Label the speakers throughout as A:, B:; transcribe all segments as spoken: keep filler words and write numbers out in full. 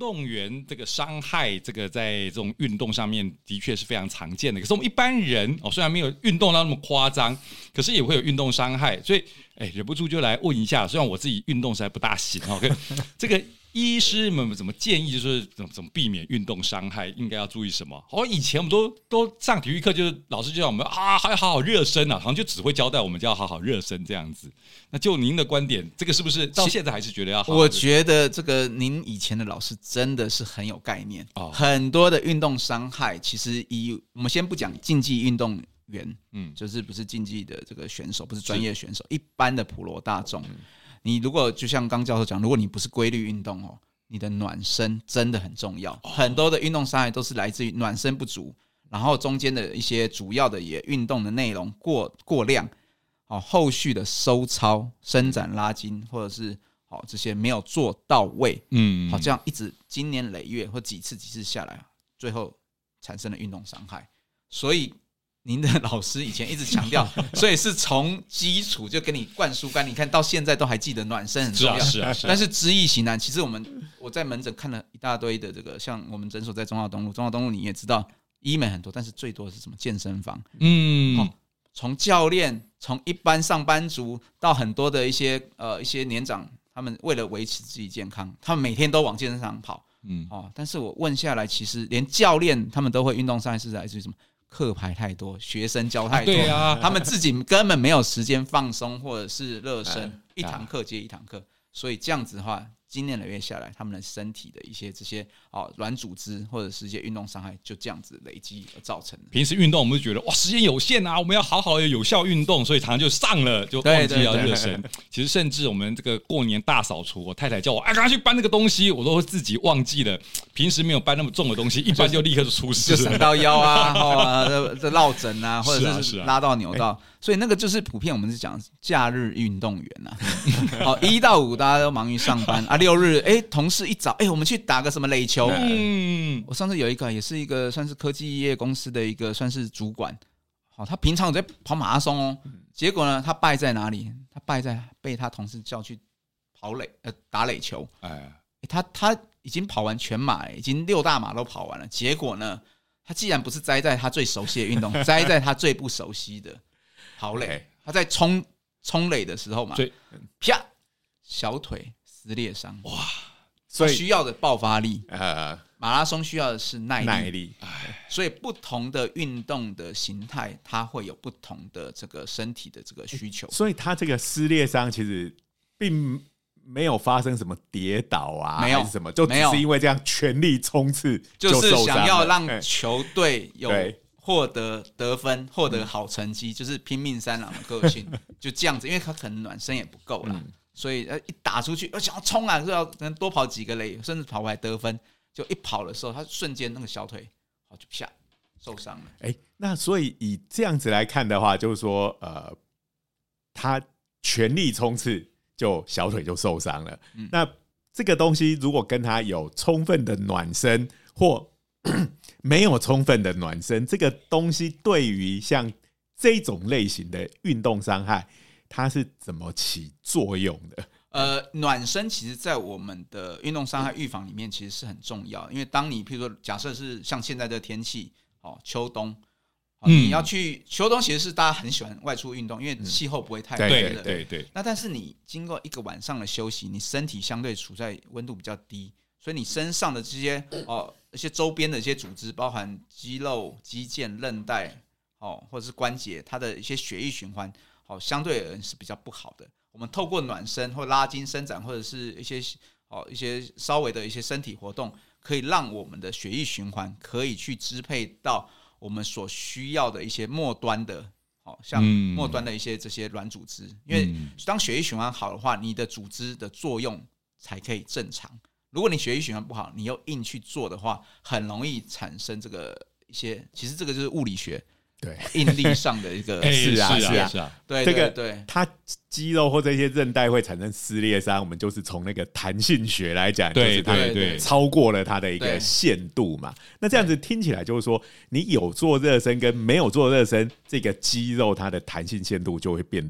A: 动员这个伤害，这个在这种运动上面的确是非常常见的。可是我们一般人哦，虽然没有运动到那么夸张，可是也会有运动伤害，所以哎，忍不住就来问一下。虽然我自己运动实在不大行哦，这个医师们怎么建议，就是怎么怎么避免运动伤害，应该要注意什么？哦，以前我们都都上体育课，就是老师就叫我们啊，还要好好热身啊，好像就只会交代我们就要好好热身这样子。那就您的观点，这个是不是到现在还是觉得要好好？
B: 我觉得这个您以前的老师真的是很有概念，哦、很多的运动伤害，其实以我们先不讲竞技运动员，嗯，就是不是竞技的这个选手，不是专业选手，一般的普罗大众。嗯，你如果就像刚教授讲，如果你不是规律运动哦，你的暖身真的很重要。哦、很多的运动伤害都是来自于暖身不足，然后中间的一些主要的也运动的内容过过量，哦，后续的收操、伸展、拉筋，或者是哦这些没有做到位，嗯，好，这样一直经年累月或几次几次下来，最后产生了运动伤害。所以您的老师以前一直强调，所以是从基础就给你灌输干，你看到现在都还记得暖身很重要，
A: 是啊，是啊，是啊。
B: 但是知易行难。其实我们我在门诊看了一大堆的这个，像我们诊所在中华东路，中华东路你也知道医美很多，但是最多的是什么健身房，嗯，哦，从教练，从一般上班族到很多的一些呃一些年长，他们为了维持自己健康，他们每天都往健身房跑，嗯，哦，但是我问下来，其实连教练他们都会运动伤害是来自于什么？课排太多，学生教太多，啊对啊，他们自己根本没有时间放松或者是热身，哎，一堂课接一堂课，所以这样子的话，经年累月下来，他们的身体的一些这些哦软组织或者是一些运动伤害，就这样子累积而造成的。
A: 平时运动我们就觉得哇时间有限啊，我们要好好的有效运动，所以常常就上了就忘记要热身。其实甚至我们这个过年大扫除，我太太叫我啊赶快去搬那个东西，我都自己忘记了。平时没有搬那么重的东西，一搬就立刻就出事了，
B: 就闪到腰啊，哦，这落枕啊，或者是拉到扭到，所以那个就是普遍我们是讲假日运动员啊。哦，一到五大家都忙于上班啊，六日哎，同事一早哎，我们去打个什么垒球。嗯，我上次有一个也是一个算是科技业公司的一个算是主管，好，他平常有在跑马拉松哦，结果呢，他败在哪里？他败在被他同事叫去跑垒呃打垒球，哎，他他。已经跑完全马，已经六大马都跑完了。结果呢，他既然不是栽在他最熟悉的运动，栽在他最不熟悉的跑垒。他在冲冲垒的时候嘛，啪，小腿撕裂伤。哇！所以需要的爆发力，呃，马拉松需要的是耐力。耐力，所以不同的运动的形态，它会有不同的这个身体的这个需求。
C: 所以他这个撕裂伤其实并没有发生什么跌倒啊，没有还是什么，就只是因为这样全力冲刺就受伤了，
B: 就是想要让球队有获得得分、获得好成绩，就是拼命三郎的个性，就这样子。因为他可能暖身也不够啦，嗯，所以一打出去，想要冲啊，就要能多跑几个垒，甚至跑回来得分。就一跑的时候，他瞬间那个小腿就啪受伤了。
C: 哎，那所以以这样子来看的话，就是说，呃，他全力冲刺。就小腿就受伤了，嗯，那这个东西如果跟他有充分的暖身或没有充分的暖身，这个东西对于像这种类型的运动伤害，它是怎么起作用的？
B: 呃，暖身其实在我们的运动伤害预防里面其实是很重要的，因为当你譬如说假设是像现在的天气，哦，秋冬。你要去秋冬，其实是大家很喜欢外出运动，因为气候不会太热。
A: 对对对对。
B: 那但是你经过一个晚上的休息，你身体相对处在温度比较低，所以你身上的这些哦一些周边的一些组织，包含肌肉、肌腱、韧带哦或者是关节，它的一些血液循环哦相对而言是比较不好的。我们透过暖身或拉筋伸展，或者是一些哦一些稍微的一些身体活动，可以让我们的血液循环可以去支配到我们所需要的一些末端的，像末端的一些这些软组织，因为当血液循环好的话，你的组织的作用才可以正常。如果你血液循环不好，你又硬去做的话，很容易产生这个一些，其实这个就是物理学。对应力上的一个
C: 是啊
B: 是啊
C: 是啊，
B: 对
C: 这个
B: 对，
C: 它肌肉或这些韧带会产生撕裂伤，我们就是从那个弹性学来讲，就是它超过了它的一个限度嘛。那这样子听起来就是说，你有做热身跟没有做热身，这个肌肉它的弹性限度就会变得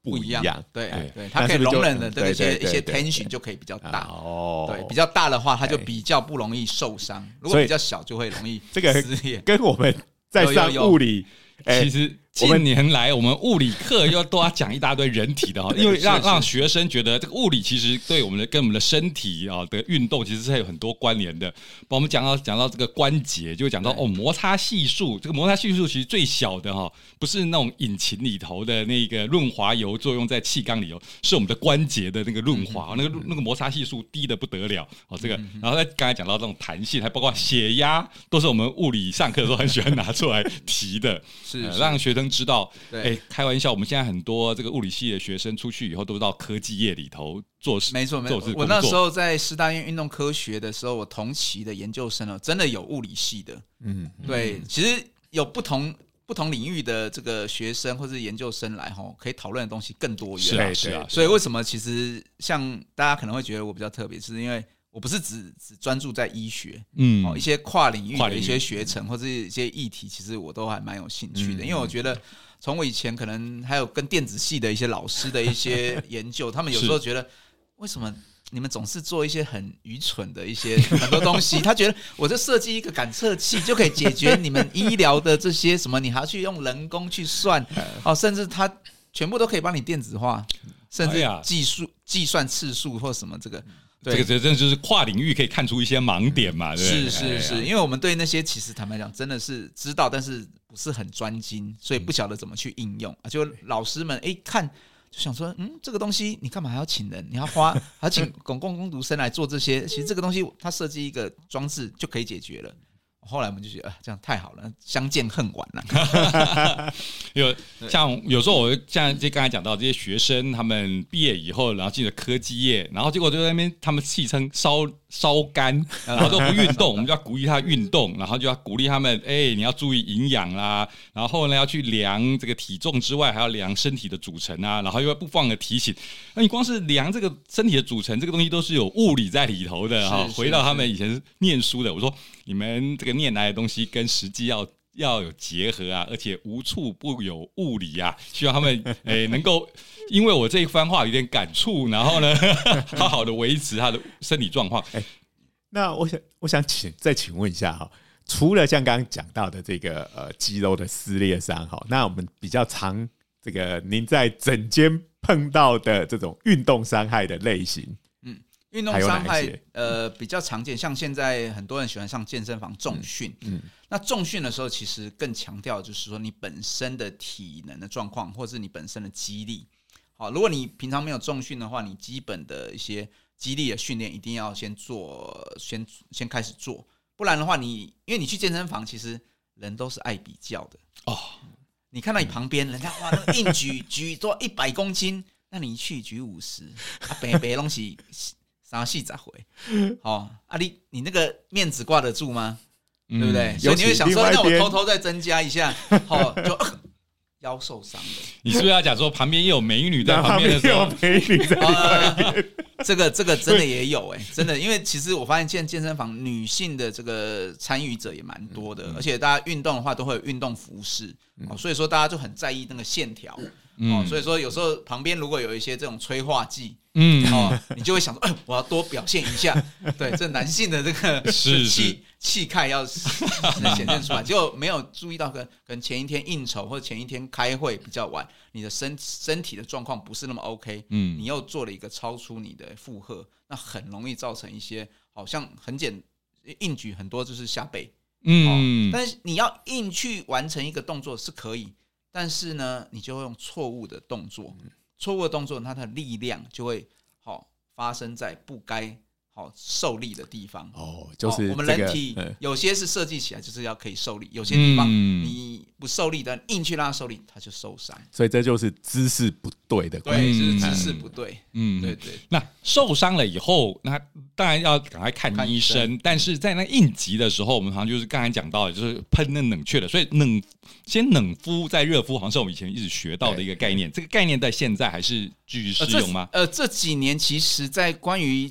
C: 不一样。
B: 对对，它可以容忍的这些一些 tension 就可以比较大。哦，对，比较大的话，它就比较不容易受伤。如果比较小，就会容易撕裂。
C: 这个跟我们在上物理，
A: 其实。近年来，我们物理课又都要讲一大堆人体的哈，因为让让学生觉得这个物理其实对我们的跟我们的身体啊的运动其实是有很多关联的。把我们讲到讲到这个关节，就会讲到哦摩擦系数，这个摩擦系数其实最小的哈，不是那种引擎里头的那个润滑油作用在气缸里头，是我们的关节的那个润滑，那个那个摩擦系数低的不得了哦。这个，然后再刚才讲到这种弹性，还包括血压，都是我们物理上课的时候很喜欢拿出来提的，
B: 是
A: 让学生知道，哎，开玩笑，我们现在很多这个物理系的学生出去以后，都到科技业里头做事。
B: 没错，没错。我那时候在师大院运动科学的时候，我同期的研究生哦，真的有物理系的。嗯，对，其实有不同不同领域的这个学生或是研究生来吼，可以讨论的东东西更多元。
A: 是啊，是啊。
B: 所以为什么其实像大家可能会觉得我比较特别，是因为我不是只只专注在医学，嗯，哦，一些跨领域的一些学程或者一些议题，其实我都还蛮有兴趣的，嗯，因为我觉得从我以前可能还有跟电子系的一些老师的一些研究，他们有时候觉得为什么你们总是做一些很愚蠢的一些很多东西？他觉得我就设计一个感测器就可以解决你们医疗的这些什么，你还要去用人工去算，哦，甚至他全部都可以帮你电子化，甚至计数计算次数或什么这个。
A: 这个真的就是跨领域可以看出一些盲点嘛，对
B: 不对？是是是，因为我们对那些其实坦白讲真的是知道，但是不是很专精，所以不晓得怎么去应用。就老师们哎看就想说，嗯，这个东西你干嘛还要请人？你要花还要请公共工读生来做这些？其实这个东西它设计一个装置就可以解决了。后来我们就觉得，啊，这样太好了，相见恨晚了。
A: 有像有时候我像就刚才讲到这些学生，他们毕业以后，然后进了科技业，然后结果就在那边他们戏称烧烧干，然后都不运动，我们就要鼓励他运动，然后就要鼓励他们，哎、欸，你要注意营养啦，然后呢要去量这个体重之外，还要量身体的组成啊，然后又要不放的提醒。那你光是量这个身体的组成，这个东西都是有物理在里头的哈。回到他们以前念书的，我说你们这个念来的东西跟实际要要有结合啊，而且无处不有物理啊，希望他们诶能够因为我这一番话有点感触，然后呢好好的维持他的身体状况。
C: 欸，那我想我想请再请问一下哈，除了像刚刚讲到的这个呃肌肉的撕裂伤哈，那我们比较常这个您在诊间碰到的这种运动伤害的类型，
B: 嗯。运动伤害呃比较常见，像现在很多人喜欢上健身房重训，嗯，嗯那重训的时候其实更强调就是说你本身的体能的状况，或是你本身的肌力。好，如果你平常没有重训的话，你基本的一些肌力的训练一定要先做，先先开始做，不然的话你，你因为你去健身房，其实人都是爱比较的哦。你看到你旁边人家哇，那硬举举做一百公斤，那你去举五十，啊，北北东西。三四十回，哦啊你，你那个面子挂得住吗？嗯，对不对？所以你会想说，那我偷偷再增加一下，哦，就、呃、腰受伤了。
A: 你是不是要讲说旁边也有美女在旁边的时候，
C: 有美女在旁边？
B: 呃、这个这个真的也有哎、欸，真的，因为其实我发现现在健身房女性的这个参与者也蛮多的，嗯、而且大家运动的话都会有运动服饰，嗯哦、所以说大家就很在意那个线条。嗯哦、所以说有时候旁边如果有一些这种催化剂，嗯，哦，你就会想说，哎，我要多表现一下，对，这男性的这个气气概要显现出来，结果没有注意到，可能前一天应酬或者前一天开会比较晚，你的身身体的状况不是那么 OK， 嗯，你又做了一个超出你的负荷，那很容易造成一些好像很简硬举很多就是下背，嗯、哦，但是你要硬去完成一个动作是可以。但是呢，你就会用错误的动作，错误的动作，它的力量就会好、哦、发生在不该好、哦、受力的地方。哦，就是、这个哦、我们人体有些是设计起来就是要可以受力，有些地方你不受力，但硬去让它受力，它就受伤。
C: 所以这就是姿势不对的关系，
B: 对，就是姿势不对。嗯，对对。
A: 那受伤了以后，那当然要赶快看医生。看医生但是在那应急的时候，我们好像就是刚才讲到的，就是喷那冷却的，所以冷。先冷敷再热敷，好像是我们以前一直学到的一个概念。这个概念在现在还是继续适用吗？
B: 呃这，呃，这几年其实，在关于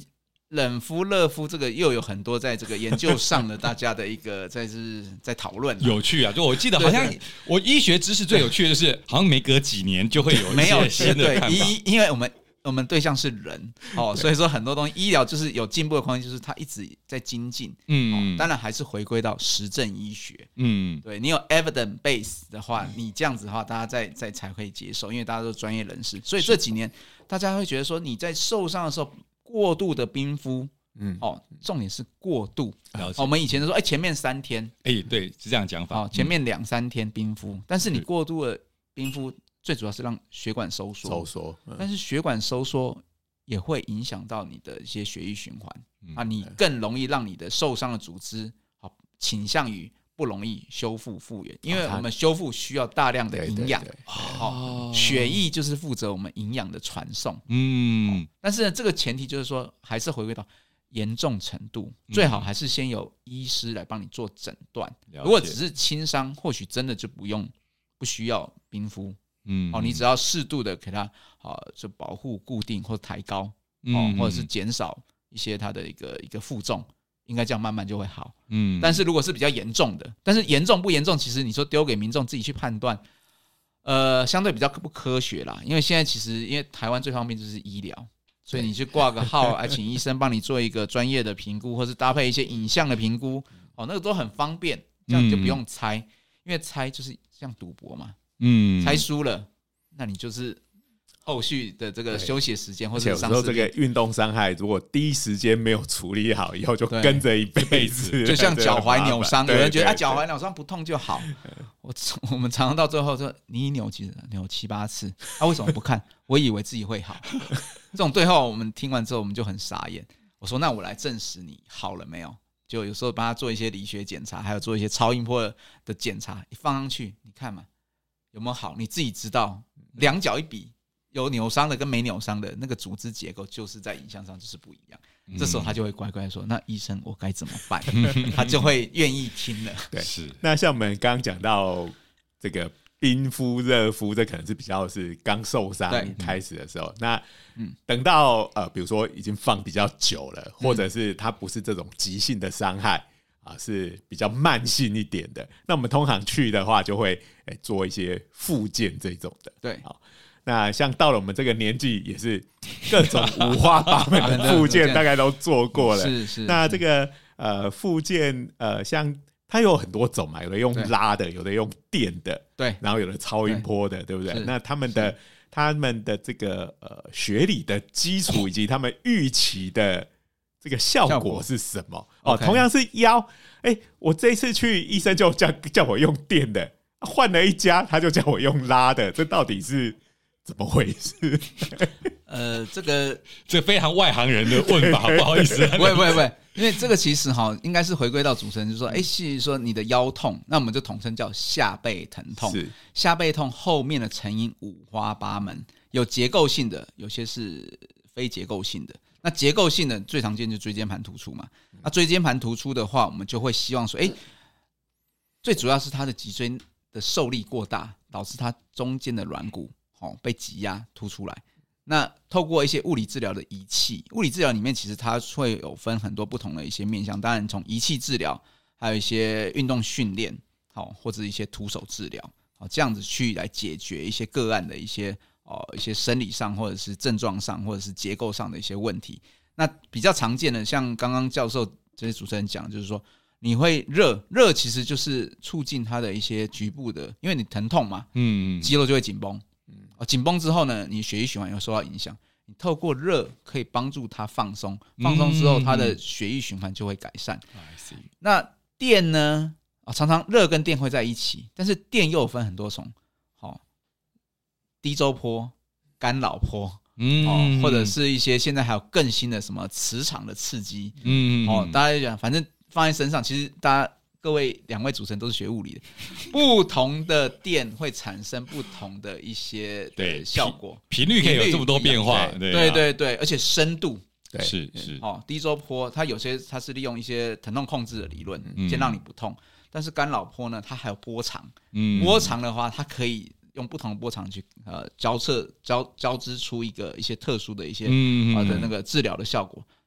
B: 冷敷、热敷，这个又有很多在这个研究上的大家的一个在是在讨论，
A: 有趣啊！就我记得好像我医学知识最有趣的就是，好像每隔几年就会有一些新的看法。
B: 对，因为我们我们对象是人哦，所以说很多东西医疗就是有进步的空间，就是它一直在精进。嗯、哦，当然还是回归到实证医学。嗯，对你有 evidence base 的话，你这样子的话，大家再再才会接受，因为大家都是专业人士，所以这几年大家会觉得说你在受伤的时候。过度的冰敷，嗯，哦，重点是过度。哦、我们以前都说，哎、欸，前面三天，
A: 哎、欸，对，是这样讲法。
B: 哦，前面两三天冰敷，嗯、但是你过度的冰敷，最主要是让血管收缩，
C: 收缩。
B: 嗯、但是血管收缩也会影响到你的一些血液循环、嗯、啊，你更容易让你的受伤的组织，好、哦、倾向于不容易修复复原，因为我们修复需要大量的营养。哦，血液就是负责我们营养的传送。嗯、哦，但是呢，这个前提就是说，还是回归到严重程度，嗯、最好还是先有医师来帮你做诊断。如果只是轻伤，或许真的就不用不需要冰敷。嗯，哦，你只要适度的给它啊，就保护、固定或抬高，哦，嗯、或者是减少一些它的一个一个负重。应该这样慢慢就会好，嗯。但是如果是比较严重的，但是严重不严重，其实你说丢给民众自己去判断，呃，相对比较不科学啦。因为现在其实因为台湾最方便就是医疗，所以你去挂个号，来请医生帮你做一个专业的评估，或是搭配一些影像的评估，哦，那个都很方便，这样你就不用猜，嗯、因为猜就是像赌博嘛，嗯，猜输了，那你就是。后续的这个休息时间，或者有时候
C: 这个运动伤害，如果第一时间没有处理好，以后就跟着一辈子。
B: 就像脚踝扭伤，有人觉得啊脚踝扭伤不痛就好，我我们常常到最后说你扭几扭七八次，啊为什么不看？我以为自己会好。这种对话我们听完之后，我们就很傻眼。我说那我来证实你好了没有？就有时候帮他做一些理学检查，还有做一些超音波的检查，一放上去，你看嘛有没有好？你自己知道，两脚一比。有扭伤的跟没扭伤的那个组织结构，就是在影像上就是不一样。嗯、这时候他就会乖乖说：“那医生，我该怎么办？”他就会愿意听了。
C: 对，是。那像我们刚刚讲到这个冰敷、热敷，这可能是比较是刚受伤开始的时候。那等到呃，比如说已经放比较久了，或者是它不是这种急性的伤害啊，是比较慢性一点的。那我们通常去的话，就会、欸、做一些复健这种的。
B: 对，
C: 好。那像到了我们这个年纪，也是各种五花八门的复健，大概都做过了。
B: 是是。
C: 那这个呃复健呃，像它有很多种嘛，有的用拉的，有的用电的，
B: 对，
C: 然后有的超音波的， 对, 对不对？那他们的他们的这个呃学理的基础以及他们预期的这个效果是什么？哦，
B: okay.
C: 同样是腰，哎、欸，我这一次去医生就叫叫我用电的，换了一家他就叫我用拉的，这到底是？怎么回事？
B: 呃，这个
A: 这非常外行人的问法，不好意思，
B: 不会不会不会，因为这个其实哈，应该是回归到主持人，就是说，哎、欸，是说你的腰痛，那我们就统称叫下背疼痛。是下背痛后面的成因五花八门，有结构性的，有些是非结构性的。那结构性的最常见就是椎间盘突出嘛。那椎间盘突出的话，我们就会希望说，哎、欸，最主要是它的脊椎的受力过大，导致它中间的软骨。哦、被挤压凸出来，那透过一些物理治疗的仪器，物理治疗里面其实它会有分很多不同的一些面向，当然从仪器治疗，还有一些运动训练，好或者一些徒手治疗，好这样子去来解决一些个案的一些哦一些生理上或者是症状上或者是结构上的一些问题。那比较常见的，像刚刚教授这些主持人讲，就是说你会热热，其实就是促进它的一些局部的，因为你疼痛嘛，嗯，肌肉就会紧绷。紧绷之后呢，你血液循环有受到影响，你透过热可以帮助它放松，放松之后它的血液循环就会改善。嗯、那电呢、哦、常常热跟电会在一起，但是电又有分很多种，哦、低周波、干扰波、嗯哦，或者是一些现在还有更新的什么磁场的刺激，嗯哦，大家就讲反正放在身上，其实大家。各位两位主持人都是学物理的，不同的电会产生不同的一些的效果，
A: 频率可以有这么多变化，
B: 对对对对，而且深度
A: 对是是
B: 哦，低周波它有些它是利用一些疼痛控制的理论，先让你不痛，但是干扰波呢，它还有波长，嗯，波长的话，它可以用不同的波长去呃交测交交织出一个一些特殊的一些嗯、呃、的那个治疗的效果。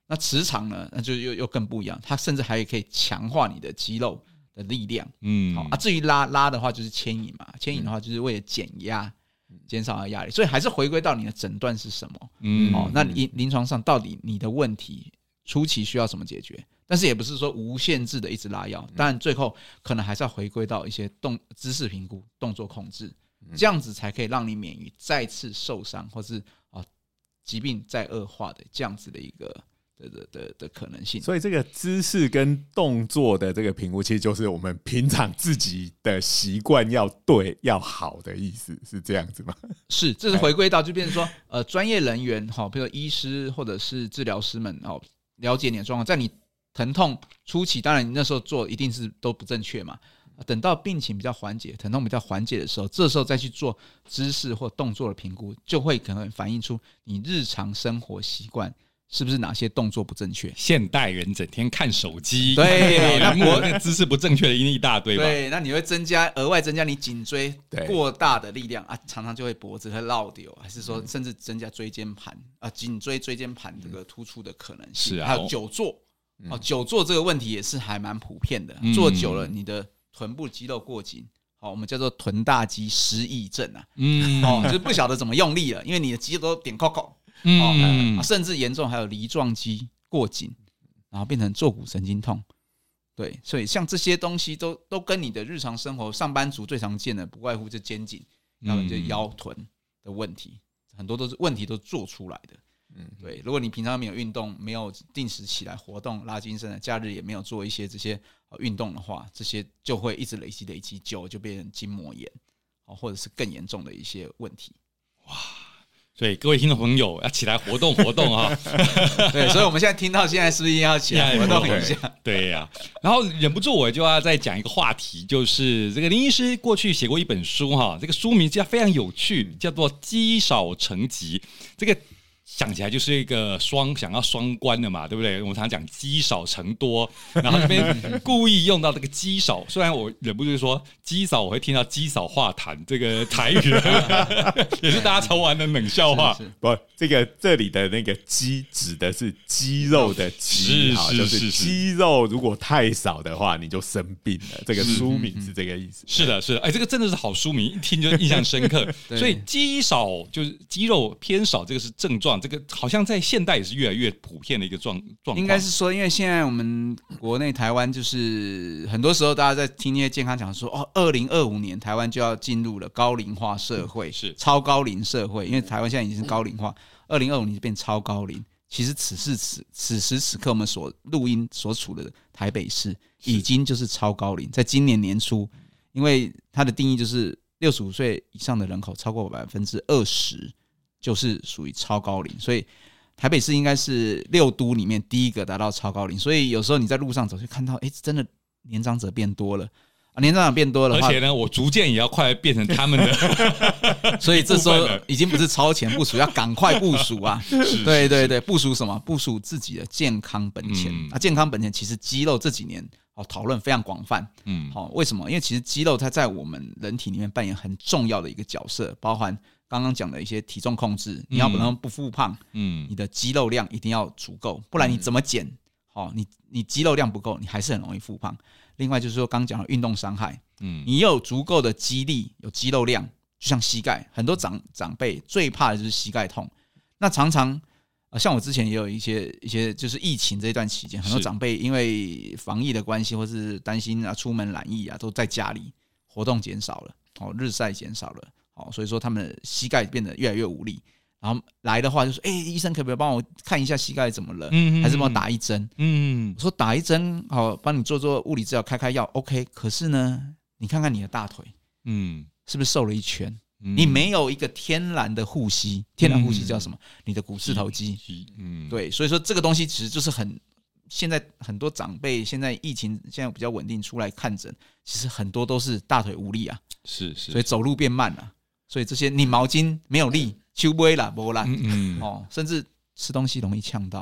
B: 那磁场呢，那就又又更不一样，它甚至还可以强化你的肌肉的力量。嗯，好啊。至于拉拉的话，就是牵引嘛，牵引的话就是为了减压。减少压力，所以还是回归到你的诊断是什么。嗯，哦，那临临床上到底你的问题初期需要怎么解决？但是也不是说无限制的一直拉药，当然最后可能还是要回归到一些动姿势评估、动作控制，这样子才可以让你免于再次受伤或是啊疾病再恶化的这样子的一个。的, 的, 的, 的可能性。
C: 所以这个姿势跟动作的这个评估，其实就是我们平常自己的习惯要对要好的意思，是这样子吗？
B: 是，这是回归到就变成说，呃，专业人员哈，比如说医师或者是治疗师们哦，了解你的状况，在你疼痛初期，当然你那时候做一定是都不正确嘛。等到病情比较缓解，疼痛比较缓解的时候，这时候再去做姿势或动作的评估，就会可能反映出你日常生活习惯。是不是哪些动作不正确？
A: 现代人整天看手机，
B: 对，
A: 那我那个姿势不正确的一大堆吧。
B: 对，那你会增加额外增加你颈椎过大的力量啊，常常就会脖子会落掉，还是说甚至增加椎间盘啊，颈椎椎间盘这个突出的可能性。是啊，还有久坐哦，久坐这个问题也是还蛮普遍的，嗯、坐久了你的臀部肌肉过紧。好，我们叫做臀大肌失忆症啊，嗯，哦，就是不晓得怎么用力了，因为你的肌肉都点扣扣。嗯、哦，甚至严重还有梨状肌过紧，然后变成坐骨神经痛。对，所以像这些东西都都跟你的日常生活，上班族最常见的不外乎就肩颈，要不然就腰臀的问题，很多都是问题都做出来的。嗯，对，如果你平常没有运动，没有定时起来活动拉筋伸展，假日也没有做一些这些运动的话，这些就会一直累积累积，久就变成筋膜炎，或者是更严重的一些问题。
A: 哇！所以各位听众朋友要起来活动活动啊！
B: 对，所以我们现在听到现在是不是要起来活动一下？
A: 对呀、啊，然后忍不住我就要再讲一个话题，就是这个林医师过去写过一本书哈，这个书名叫非常有趣，叫做《积少成疾》。这个想起来就是一个双想要双关的嘛，对不对？我们常常讲积少成多，然后这边故意用到这个积少，虽然我忍不住说积少，我会听到积少化痰这个台语，也是大家常玩的冷笑话。是是
C: 不，这个这里的那个肌指的是肌肉的肌，
A: 是
C: 就是肌肉如果太少的话，你就生病了。这个书名是这个意思。
A: 是的，是的，哎，这个真的是好书名，一听就印象深刻。所以肌少就是肌肉偏少，这个是症状。这个好像在现代也是越来越普遍的一个状状况。
B: 应该是说，因为现在我们国内台湾就是很多时候大家在听那些健康讲说，哦，二零二五年台湾就要进入了高龄化社会，
A: 是
B: 超高龄社会。因为台湾现在已经是高龄化，二零二五年就变超高龄。其实此时此此时此刻，我们所录音所处的台北市已经就是超高龄，在今年年初，因为它的定义就是六十五岁以上的人口超过百分之二十。就是属于超高龄，所以台北市应该是六都里面第一个达到超高龄。所以有时候你在路上走，就看到，哎，真的年长者变多了啊！年长者变多了，
A: 而且呢，我逐渐也要快变成他们的，
B: 所以这时候已经不是超前部署，要赶快部署啊！对对对，部署什么？部署自己的健康本钱、嗯、啊！健康本钱其实肌肉这几年哦讨论非常广泛，嗯，好、哦，为什么？因为其实肌肉它在我们人体里面扮演很重要的一个角色，包含刚刚讲的一些体重控制，你要不能不复胖，嗯，你的肌肉量一定要足够，不然你怎么减？哦，你你肌肉量不够，你还是很容易复胖。另外就是说，刚讲的运动伤害，嗯，你有足够的肌力，有肌肉量，就像膝盖，很多长长辈最怕的就是膝盖痛。那常常，呃，像我之前也有一些一些，就是疫情这段期间，很多长辈因为防疫的关系，或是担心啊出门染疫啊，都在家里活动减少了，哦，日晒减少了。哦，所以说他们的膝盖变得越来越无力，然后来的话就说：“哎、欸，医生可不可以帮我看一下膝盖怎么了？嗯嗯嗯还是帮我打一针？”嗯，我说打一针，好，帮你做做物理治疗，开开药 ，OK。可是呢，你看看你的大腿，嗯，是不是瘦了一圈？嗯、你没有一个天然的护膝，天然护膝叫什么？嗯、你的股四头肌。嗯，对，所以说这个东西其实就是很。现在很多长辈，现在疫情现在比较稳定，出来看诊，其实很多都是大腿无力啊，
A: 是是，
B: 所以走路变慢了。所以这些拧毛巾没有力，手不会啦，没啦，嗯嗯哦，甚至吃东西容易呛到。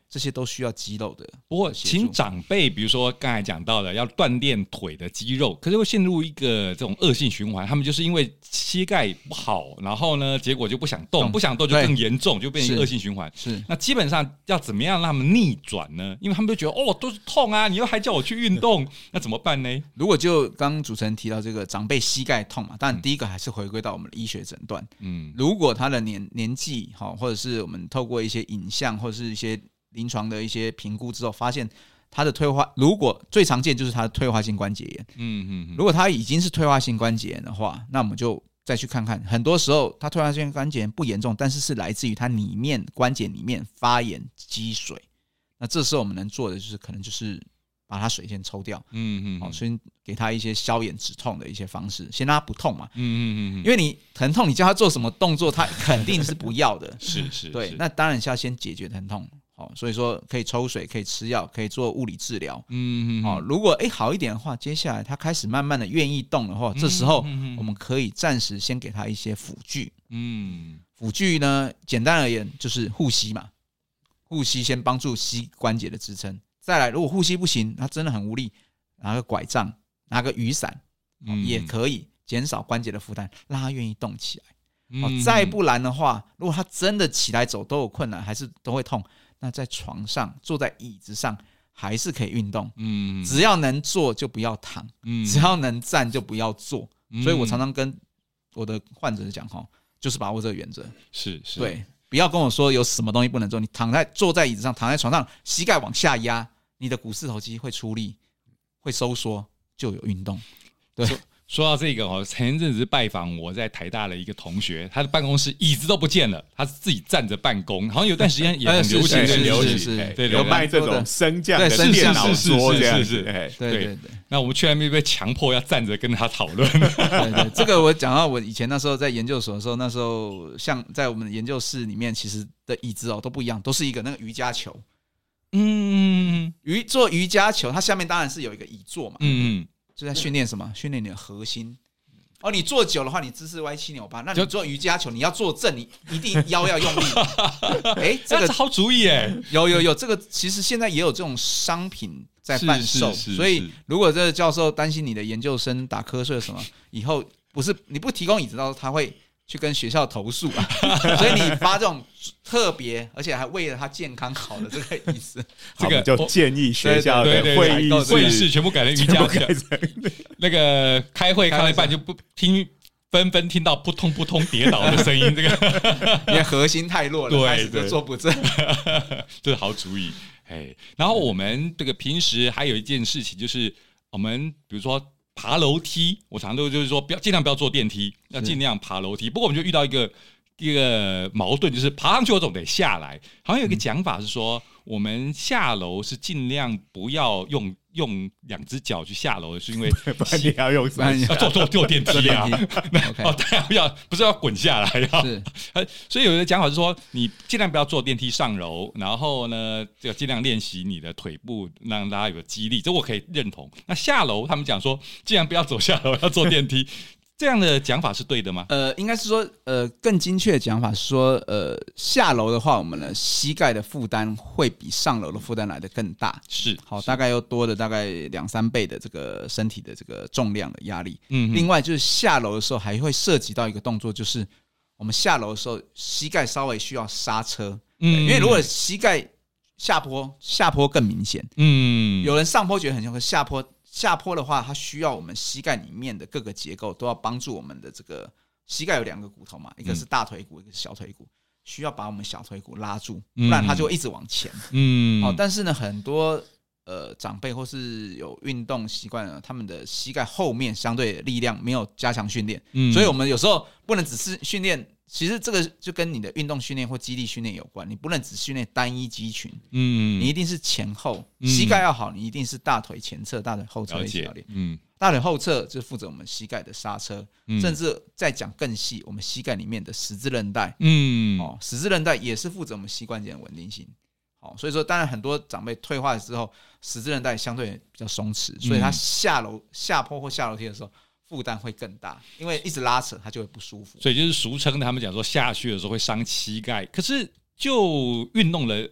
B: 这些都需要肌肉的。
A: 不过，请长辈，比如说刚才讲到的，要锻炼腿的肌肉，可是会陷入一个这种恶性循环。他们就是因为膝盖不好，然后呢，结果就不想动，不想动就更严重，就变成一个恶性循环。
B: 是，
A: 那基本上要怎么样让他们逆转呢？因为他们都觉得哦，都是痛啊，你又还叫我去运动，那怎么办呢？
B: 如果就刚刚主持人提到这个长辈膝盖痛嘛，当然第一个还是回归到我们的医学诊断。嗯，如果他的年年纪好，或者是我们透过一些影像或者是一些临床的一些评估之后，发现他的退化，如果最常见就是他的退化性关节炎。嗯嗯，如果他已经是退化性关节炎的话，那我们就再去看看。很多时候他退化性关节炎不严重，但是是来自于他里面关节里面发炎积水。那这时候我们能做的就是可能就是把他水先抽掉。嗯嗯，好，所以给他一些消炎止痛的一些方式，先让他不痛嘛。嗯嗯嗯，因为你疼痛，你叫他做什么动作，他肯定是不要的。
A: 是是，
B: 对，那当然是要先解决疼痛。好，所以说可以抽水，可以吃药，可以做物理治疗。嗯嗯，好，如果哎好一点的话，接下来他开始慢慢的愿意动的话，这时候我们可以暂时先给他一些辅具。嗯，辅具呢，简单而言就是护膝嘛，护膝先帮助膝关节的支撑。再来，如果护膝不行，他真的很无力，拿个拐杖，拿个雨伞，嗯、也可以减少关节的负担，让他愿意动起来。哦、再不然的话，如果他真的起来走都有困难，还是都会痛。那在床上坐在椅子上还是可以运动，嗯，只要能坐就不要躺，嗯，只要能站就不要坐，嗯，所以我常常跟我的患者讲哈，就是把握这个原则，
A: 是是，
B: 对，不要跟我说有什么东西不能做，你躺在坐在椅子上，躺在床上，膝盖往下压，你的股四头肌会出力，会收缩，就有运动，对。
A: 说到这个哦，前一阵子拜访我在台大的一个同学，他的办公室椅子都不见了，他是自己站着办公，好像有段时间也很流行，
C: 很流行，对，有卖这种升降的电脑桌这样子，
B: 对对对。
A: 那我们去那边被强迫要站着跟他讨论。
B: 对对，这个我讲到我以前那时候在研究所的时候，那时候像在我们的研究室里面，其实的椅子哦都不一样，都是一个那个瑜伽球。嗯，瑜做瑜伽球，它下面当然是有一个椅座嘛。嗯嗯。就在训练什么？训练你的核心。哦，你坐久的话，你姿势歪七扭八。那你做瑜伽球，你要坐正，你一定腰要用力。哎、欸，这个
A: 好主意哎！
B: 有有有，这个其实现在也有这种商品在贩售，所以如果这个教授担心你的研究生打瞌睡什么，以后不是你不提供椅子，到他会去跟学校投诉啊。所以你发这种特别，而且还为了他健康好的这个意思，
C: 这个就建议学校的会议
A: 会议室全部改成瑜伽球。那个开会开到一半就不听，纷纷听到扑通扑通跌倒的声音，这个
B: 因为核心太弱了，开始就坐不正。
A: 这是好主意。哎，然后我们这个平时还有一件事情，就是我们比如说爬楼梯，我常常都就是说不要尽量不要坐电梯，要尽量爬楼梯。不过我们就遇到一个一个矛盾，就是爬上去我总得下来。好像有一个讲法是说，我们下楼是尽量不要用用两只脚去下楼，是因为
C: 不然你要用
A: 要坐坐坐电梯啊。哦，当然要不是要滚下来啊。是，所以有的讲法是说，你尽量不要坐电梯上楼，然后呢，就尽量练习你的腿部，让大家有肌力。这我可以认同。那下楼，他们讲说，尽量不要走下楼，要坐电梯。这样的讲法是对的吗？
B: 呃，应该是说，呃，更精确的讲法是说，呃，下楼的话，我们的膝盖的负担会比上楼的负担来得更大，
A: 是
B: 好，大概又多了大概两三倍的这个身体的这个重量的压力。嗯，另外就是下楼的时候还会涉及到一个动作，就是我们下楼的时候，膝盖稍微需要刹车。嗯，因为如果膝盖下坡，下坡更明显。嗯，有人上坡觉得很凶，可下坡。下坡的话，它需要我们膝盖里面的各个结构都要帮助我们的这个膝盖有两个骨头嘛，一个是大腿骨，一个是小腿骨，需要把我们小腿骨拉住，不然它就会一直往前。嗯，好，但是呢，很多呃长辈或是有运动习惯的，他们的膝盖后面相对力量没有加强训练，嗯，所以我们有时候不能只是训练。其实这个就跟你的运动训练或肌力训练有关，你不能只训练单一肌群，嗯，你一定是前后，嗯、膝盖要好，你一定是大腿前侧、大腿后侧一起练，嗯，大腿后侧就负责我们膝盖的刹车，嗯、甚至再讲更细，我们膝盖里面的十字韧带，嗯，哦，十字韧带也是负责我们膝关节的稳定性，好，所以说当然很多长辈退化之后，十字韧带相对比较松弛，所以他下楼下坡或下楼梯的时候。负担会更大，因为一直拉扯，它就会不舒服。
A: 所以就是俗称的，他们讲说下去的时候会伤膝盖。可是就运动的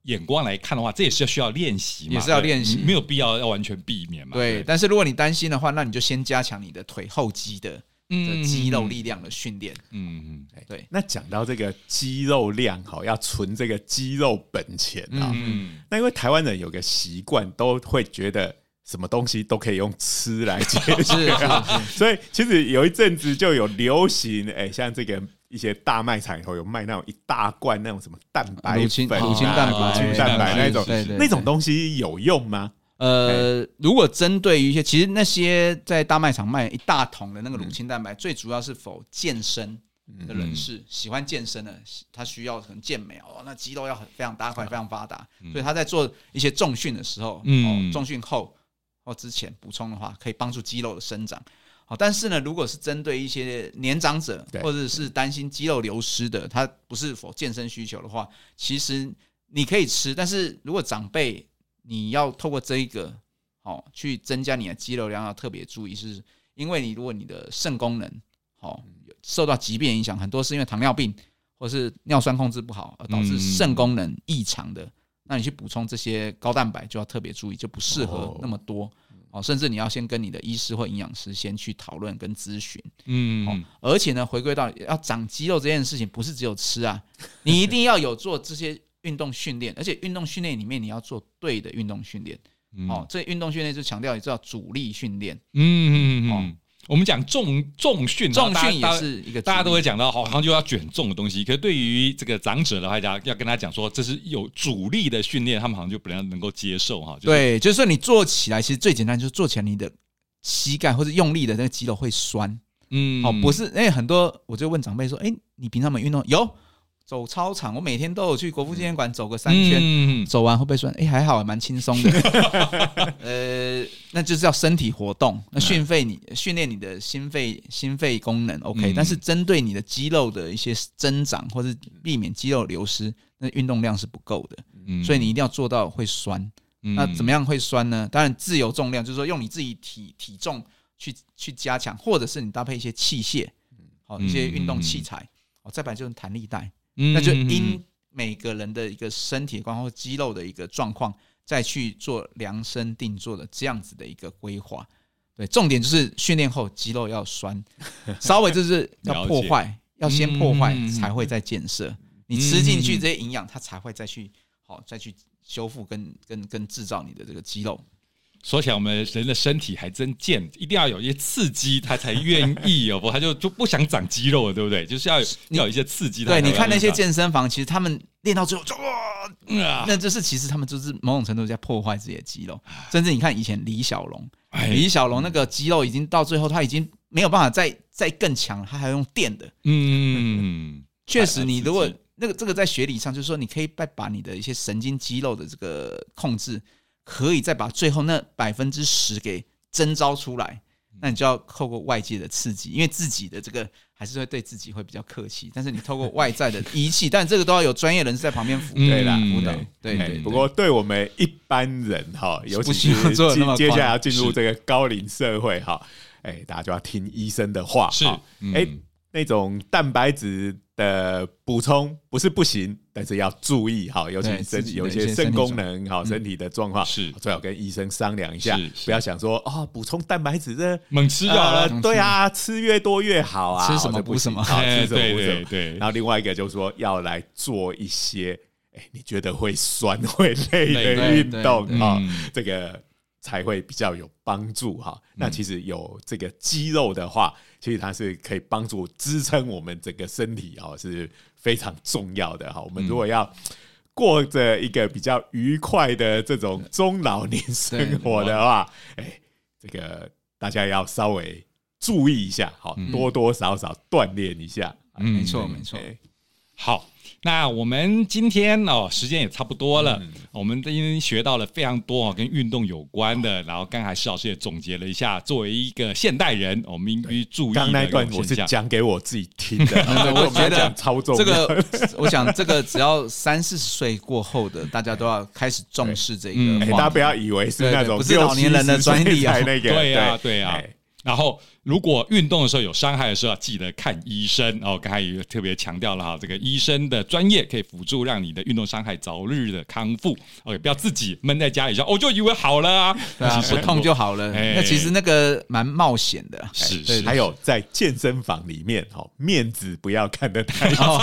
A: 眼光来看的话，这也是需要练习嘛，
B: 也是要练习，
A: 没有必要要完全避免嘛。
B: 对，对但是如果你担心的话，那你就先加强你的腿后肌的。的肌肉力量的训练，嗯
C: 嗯，对。那讲到这个肌肉量，好，要存这个肌肉本钱啊。嗯，那因为台湾人有个习惯，都会觉得什么东西都可以用吃来解决啊，所以其实有一阵子就有流行，哎、欸，像这个一些大卖场以后有卖那种一大罐那种什么蛋白粉、乳清蛋白、乳清蛋白那种，那种东西有用吗？
B: 呃，如果针对于一些，其实那些在大卖场卖一大桶的那个乳清蛋白，嗯、最主要是否健身的人士、嗯、喜欢健身的，他需要很健美哦，那肌肉要很非常大块、非常发达、嗯，所以他在做一些重训的时候，嗯，哦、重训后或之前补充的话，可以帮助肌肉的生长。好，但是呢，如果是针对一些年长者或者是担心肌肉流失的，他不是否健身需求的话，其实你可以吃，但是如果长辈你要透过这一个、哦、去增加你的肌肉量，要特别注意，是因为你如果你的肾功能、哦、受到疾病影响，很多是因为糖尿病或是尿酸控制不好而导致肾功能异常的、嗯、那你去补充这些高蛋白就要特别注意，就不适合那么多、哦、甚至你要先跟你的医师或营养师先去讨论跟咨询、嗯哦、而且呢，回归到要长肌肉这件事情，不是只有吃啊，你一定要有做这些运动训练，而且运动训练里面你要做对的运动训练、嗯哦、这运动训练就强调你知道主力训练。
A: 嗯嗯嗯、哦，我们讲重重训，
B: 重训也是一个，
A: 大家都会讲到好像就要卷重的东西，可是对于这个长者的话，要跟他讲说这是有主力的训练，他们好像就不能够接受哈、就是。
B: 对，就是说你做起来，其实最简单就是做起来，你的膝盖或者用力的那个肌肉会酸。嗯，哦，不是，因为很多我就问长辈说，哎，你平常有运动？有。走操场，我每天都有去国父纪念馆走个三圈、嗯，走完会不会酸？哎、欸，还好，蛮轻松的。呃，那就是要身体活动，那训肺你训练你的心肺心肺功能 OK，、嗯、但是针对你的肌肉的一些增长或是避免肌肉流失，那运动量是不够的、嗯，所以你一定要做到会酸。嗯、那怎么样会酸呢？当然自由重量就是说用你自己体体重去去加强，或者是你搭配一些器械，好、一些运动器材，哦，再来就是弹力带。那就因每个人的一个身体状况或肌肉的一个状况，再去做量身定做的这样子的一个规划。对，重点就是训练后肌肉要酸，稍微就是要破坏，要先破坏才会再建设。你吃进去这些营养，它才会再去好再去修复跟跟跟制造你的这个肌肉。
A: 说起来，我们人的身体还真贱，一定要有一些刺激，他才愿意哦，不，他就就不想长肌肉了，对不对？就是要有要有一些刺激。
B: 对，你看那些健身房，其实他们练到最后就哇、嗯，那就是其实他们就是某种程度在破坏自己的肌肉。甚至你看以前李小龙，李小龙那个肌肉已经到最后，他已经没有办法再再更强了，他还要用电的。嗯，确实，你如果那个这个在学理上，就是说你可以再把你的一些神经肌肉的这个控制。可以再把最后那百分之十给征召出来，那你就要透过外界的刺激，因为自己的这个还是会对自己会比较客气，但是你透过外在的仪器，但这个都要有专业人士在旁边辅导啦，辅导。对对。
C: 不过对我们一般人哈，尤其是接下来要进入这个高龄社会哈，哎，大家就要听医生的话。
A: 是，
C: 哎，那种蛋白质的补充不是不行，但是要注意哈，尤其身体有一些肾功能好身体的状况，是最好跟医生商量一下，不要想说哦，补充蛋白质这
A: 猛吃就好了、
C: 呃，对啊，吃越多越好啊，
B: 吃什么补什么，
C: 好吃什么补什么。
A: 对对。
C: 然后另外一个就是说要来做一些，哎，你觉得会酸会累的运动啊，这个才会比较有帮助哈。那其实有这个肌肉的话，其实它是可以帮助支撑我们整个身体哈，是非常重要的哈。我们如果要过着一个比较愉快的这种中老年生活的话，哎，这个大家要稍微注意一下，好，多多少少锻炼一下。
B: 嗯，没错没错。
A: 好。那我们今天哦，时间也差不多了，嗯、我们已经学到了非常多哦，跟运动有关的。然后刚才施老师也总结了一下，作为一个现代人，我们应该注意的。
C: 刚那段我是讲给我自己听的，
B: 我觉得
C: 超重
B: 这个，我想这个只要三四十岁过后的，大家都要开始重视这个、嗯
C: 欸。大家不要以为是那种
B: 不是老年人的专利啊，
C: 那个
A: 对啊，对啊。 然后如果运动的时候有伤害的时候，记得看医生哦。刚才也特别强调了哈，这个医生的专业可以辅助让你的运动伤害早日的康复。OK， 不要自己闷在家里说，我、哦、就以为好了啊，
B: 对啊，不痛就好了。那其实那个蛮冒险的，
A: 是
C: 是。还有在健身房里面，哦，面子不要看得太重。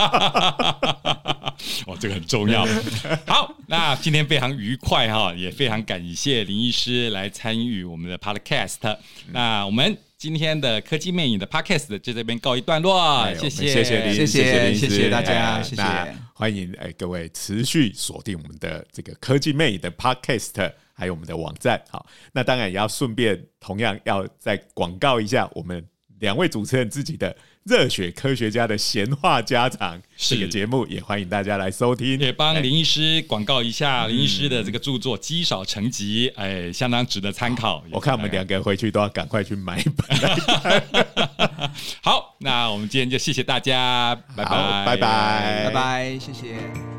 A: 哦，这个很重要。好，那今天非常愉快哈，也非常感谢林医师来参与我们的 Podcast。那我们今天的科技魅影的 Podcast 就这边告一段落，谢谢，
C: 谢谢林，
B: 谢谢，谢谢大家，
C: 哎、
B: 谢谢。
C: 欢迎哎各位持续锁定我们的这个科技魅影的 Podcast， 还有我们的网站。好，那当然也要顺便同样要再广告一下我们两位主持人自己的热血科学家的闲话家常这个节目，也欢迎大家来收听，
A: 也帮林医师广告一下林医师的这个著作《积少成疾》，哎，相当值得参考。
C: 我看我们两个回去都要赶快去买一本来看。
A: 好，那我们今天就谢谢大家，拜拜，
C: 拜拜，
B: 拜拜，谢谢。